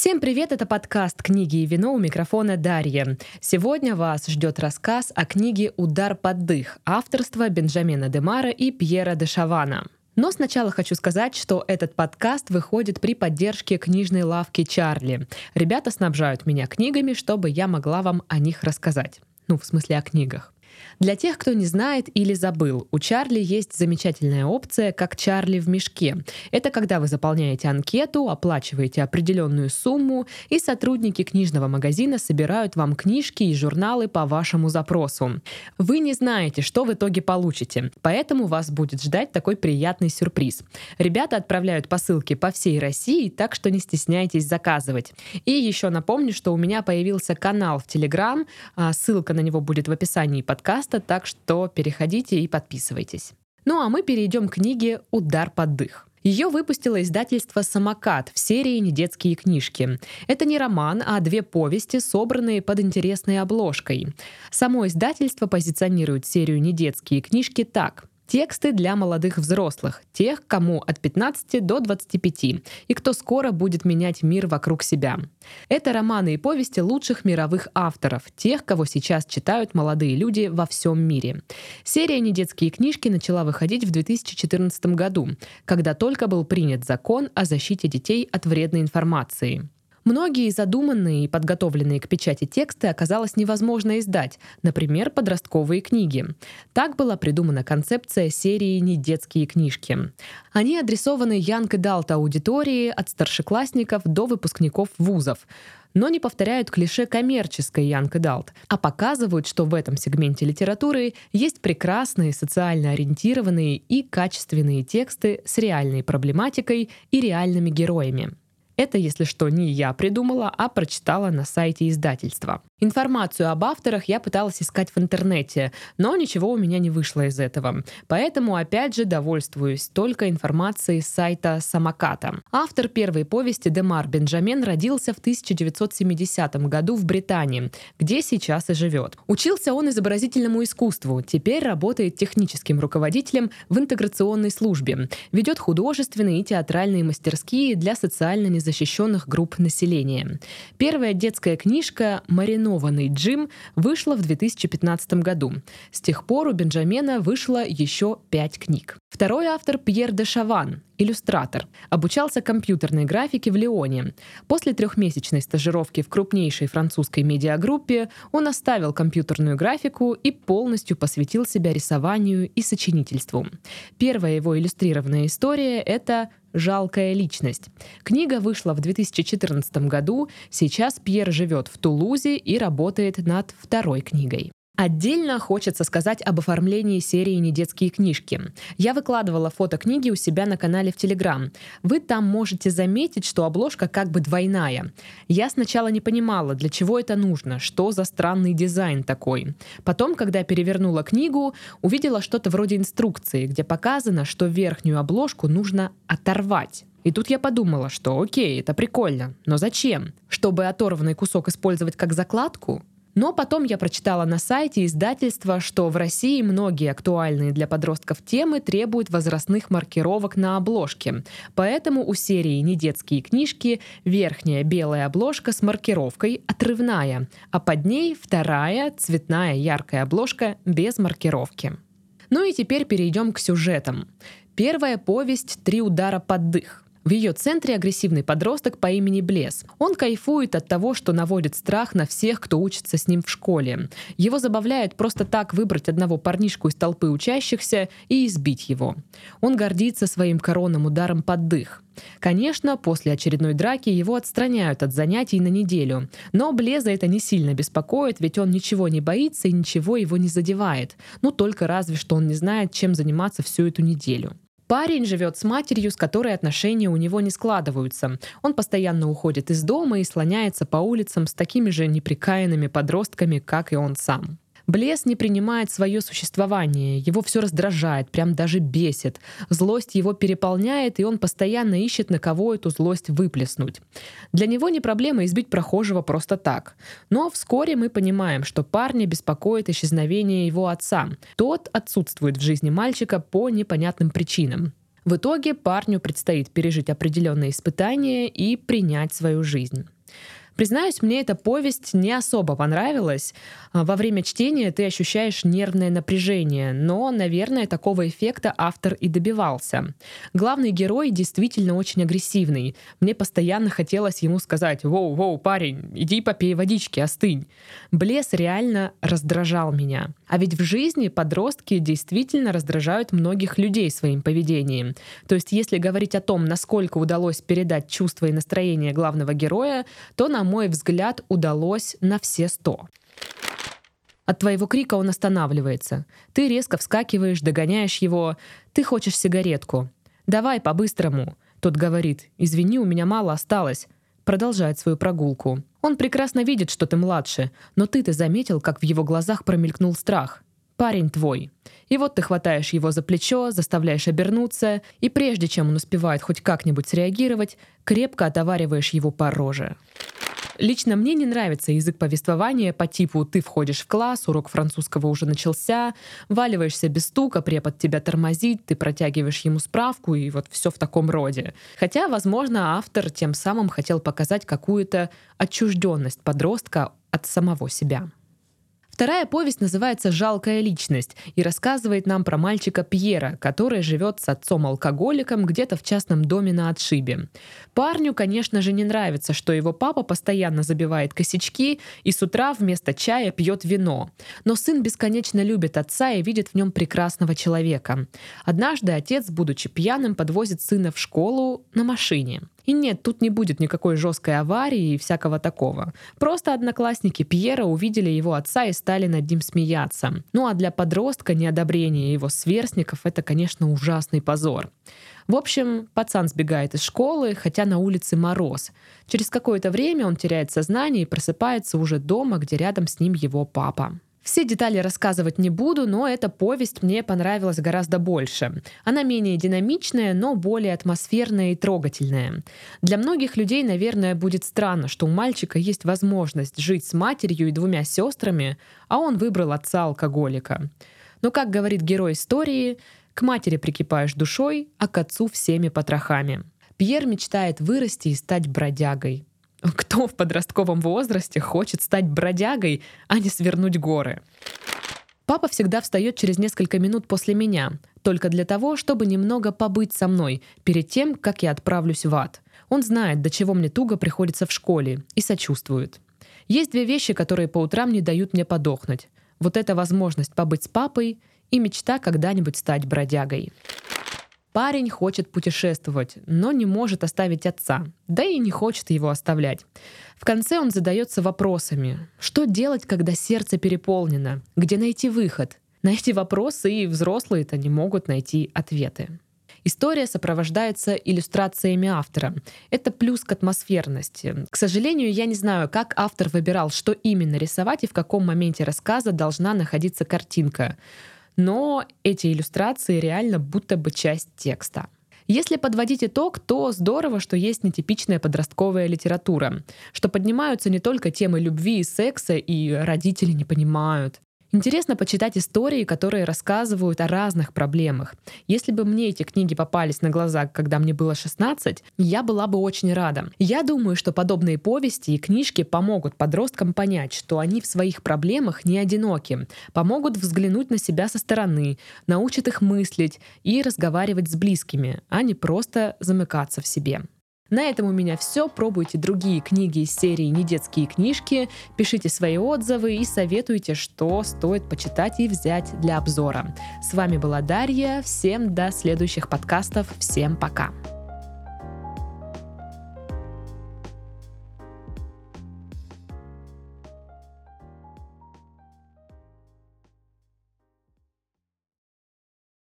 Всем привет, это подкаст «Книги и вино», у микрофона Дарья. Сегодня вас ждет рассказ о книге «Удар под дых» авторства Бенджамина Демара и Пьера де Шавана. Но сначала хочу сказать, что этот подкаст выходит при поддержке книжной лавки «Чарли». Ребята снабжают меня книгами, чтобы я могла вам о них рассказать. В смысле о книгах. Для тех, кто не знает или забыл, у Чарли есть замечательная опция «Как Чарли в мешке». Это когда вы заполняете анкету, оплачиваете определенную сумму, и сотрудники книжного магазина собирают вам книжки и журналы по вашему запросу. Вы не знаете, что в итоге получите, поэтому вас будет ждать такой приятный сюрприз. Ребята отправляют посылки по всей России, так что не стесняйтесь заказывать. И еще напомню, что у меня появился канал в Telegram, ссылка на него будет в описании подкаста, так что переходите и подписывайтесь. А мы перейдем к книге «Удар под дых». Ее выпустило издательство «Самокат» в серии «Недетские книжки». Это не роман, а 2 повести, собранные под интересной обложкой. Само издательство позиционирует серию «Недетские книжки» так: тексты для молодых взрослых, тех, кому от 15 до 25, и кто скоро будет менять мир вокруг себя. Это романы и повести лучших мировых авторов, тех, кого сейчас читают молодые люди во всем мире. Серия «Недетские книжки» начала выходить в 2014 году, когда только был принят закон о защите детей от вредной информации. Многие задуманные и подготовленные к печати тексты оказалось невозможно издать, например, подростковые книги. Так была придумана концепция серии «Недетские книжки». Они адресованы Young Adult аудитории от старшеклассников до выпускников вузов, но не повторяют клише коммерческой Young Adult, а показывают, что в этом сегменте литературы есть прекрасные социально ориентированные и качественные тексты с реальной проблематикой и реальными героями. Это, если что, не я придумала, а прочитала на сайте издательства. Информацию об авторах я пыталась искать в интернете, но ничего у меня не вышло из этого. Поэтому, опять же, довольствуюсь только информацией с сайта «Самоката». Автор первой повести Демар Бенджамин родился в 1970 году в Британии, где сейчас и живет. Учился он изобразительному искусству, теперь работает техническим руководителем в интеграционной службе, ведет художественные и театральные мастерские для социально незащищенных групп населения. Первая детская книжка «Маринованный Джим» вышла в 2015 году. С тех пор у Бенджамина вышло еще 5 книг. Второй автор Пьер де Шаван, иллюстратор, обучался компьютерной графике в Лионе. После 3-месячной стажировки в крупнейшей французской медиагруппе он оставил компьютерную графику и полностью посвятил себя рисованию и сочинительству. Первая его иллюстрированная история — это «Жалкая личность». Книга вышла в 2014 году, сейчас Пьер живет в Тулузе и работает над второй книгой. Отдельно хочется сказать об оформлении серии «Недетские книжки». Я выкладывала фото книги у себя на канале в Telegram. Вы там можете заметить, что обложка как бы двойная. Я сначала не понимала, для чего это нужно, что за странный дизайн такой. Потом, когда перевернула книгу, увидела что-то вроде инструкции, где показано, что верхнюю обложку нужно оторвать. И тут я подумала, что окей, это прикольно, но зачем? Чтобы оторванный кусок использовать как закладку? Но потом я прочитала на сайте издательства, что в России многие актуальные для подростков темы требуют возрастных маркировок на обложке. Поэтому у серии «Недетские книжки» верхняя белая обложка с маркировкой отрывная, а под ней вторая цветная яркая обложка без маркировки. И теперь перейдем к сюжетам. Первая повесть «Три удара под дых». В ее центре агрессивный подросток по имени Блес. Он кайфует от того, что наводит страх на всех, кто учится с ним в школе. Его забавляет просто так выбрать одного парнишку из толпы учащихся и избить его. Он гордится своим коронным ударом под дых. Конечно, после очередной драки его отстраняют от занятий на неделю. Но Блеза это не сильно беспокоит, ведь он ничего не боится и ничего его не задевает. Только разве что он не знает, чем заниматься всю эту неделю. Парень живет с матерью, с которой отношения у него не складываются. Он постоянно уходит из дома и слоняется по улицам с такими же неприкаянными подростками, как и он сам. Блес не принимает свое существование, его все раздражает, прям даже бесит. Злость его переполняет, и он постоянно ищет, на кого эту злость выплеснуть. Для него не проблема избить прохожего просто так. Но вскоре мы понимаем, что парня беспокоит исчезновение его отца. Тот отсутствует в жизни мальчика по непонятным причинам. В итоге парню предстоит пережить определенные испытания и принять свою жизнь. Признаюсь, мне эта повесть не особо понравилась. Во время чтения ты ощущаешь нервное напряжение, но, наверное, такого эффекта автор и добивался. Главный герой действительно очень агрессивный. Мне постоянно хотелось ему сказать: «Воу, парень, иди попей водички, остынь». Блесс реально раздражал меня. А ведь в жизни подростки действительно раздражают многих людей своим поведением. То есть, если говорить о том, насколько удалось передать чувства и настроение главного героя, то, на мой взгляд, удалось на все 100. От твоего крика он останавливается. Ты резко вскакиваешь, догоняешь его. Ты хочешь сигаретку. «Давай по-быстрому». Тот говорит: «Извини, у меня мало осталось». Продолжает свою прогулку. Он прекрасно видит, что ты младше, но ты-то заметил, как в его глазах промелькнул страх. Парень твой. И вот ты хватаешь его за плечо, заставляешь обернуться, и прежде чем он успевает хоть как-нибудь среагировать, крепко отовариваешь его по роже. Лично мне не нравится язык повествования по типу «ты входишь в класс, урок французского уже начался», валиваешься без стука, препод тебя тормозит, ты протягиваешь ему справку, и вот все в таком роде. Хотя, возможно, автор тем самым хотел показать какую-то отчужденность подростка от самого себя. Вторая повесть называется «Жалкая личность» и рассказывает нам про мальчика Пьера, который живет с отцом-алкоголиком где-то в частном доме на отшибе. Парню, конечно же, не нравится, что его папа постоянно забивает косячки и с утра вместо чая пьет вино. Но сын бесконечно любит отца и видит в нем прекрасного человека. Однажды отец, будучи пьяным, подвозит сына в школу на машине. И нет, тут не будет никакой жесткой аварии и всякого такого. Просто одноклассники Пьера увидели его отца и стали над ним смеяться. Ну а для подростка неодобрение его сверстников — это, конечно, ужасный позор. В общем, пацан сбегает из школы, хотя на улице мороз. Через какое-то время он теряет сознание и просыпается уже дома, где рядом с ним его папа. Все детали рассказывать не буду, но эта повесть мне понравилась гораздо больше. Она менее динамичная, но более атмосферная и трогательная. Для многих людей, наверное, будет странно, что у мальчика есть возможность жить с матерью и 2 сестрами, а он выбрал отца-алкоголика. Но, как говорит герой истории, к матери прикипаешь душой, а к отцу всеми потрохами. Пьер мечтает вырасти и стать бродягой. Кто в подростковом возрасте хочет стать бродягой, а не свернуть горы? Папа всегда встает через несколько минут после меня, только для того, чтобы немного побыть со мной перед тем, как я отправлюсь в ад. Он знает, до чего мне туго приходится в школе, и сочувствует. Есть 2 вещи, которые по утрам не дают мне подохнуть. Вот эта возможность побыть с папой и мечта когда-нибудь стать бродягой. Парень хочет путешествовать, но не может оставить отца, да и не хочет его оставлять. В конце он задается вопросами: что делать, когда сердце переполнено? Где найти выход? На эти вопросы и взрослые-то не могут найти ответы. История сопровождается иллюстрациями автора. Это плюс к атмосферности. К сожалению, я не знаю, как автор выбирал, что именно рисовать и в каком моменте рассказа должна находиться картинка. Но эти иллюстрации реально будто бы часть текста. Если подводить итог, то здорово, что есть нетипичная подростковая литература, что поднимаются не только темы любви и секса, и родители не понимают. Интересно почитать истории, которые рассказывают о разных проблемах. Если бы мне эти книги попались на глаза, когда мне было 16, я была бы очень рада. Я думаю, что подобные повести и книжки помогут подросткам понять, что они в своих проблемах не одиноки, помогут взглянуть на себя со стороны, научат их мыслить и разговаривать с близкими, а не просто замыкаться в себе. На этом у меня все. Пробуйте другие книги из серии «Недетские книжки», пишите свои отзывы и советуйте, что стоит почитать и взять для обзора. С вами была Дарья. Всем до следующих подкастов. Всем пока.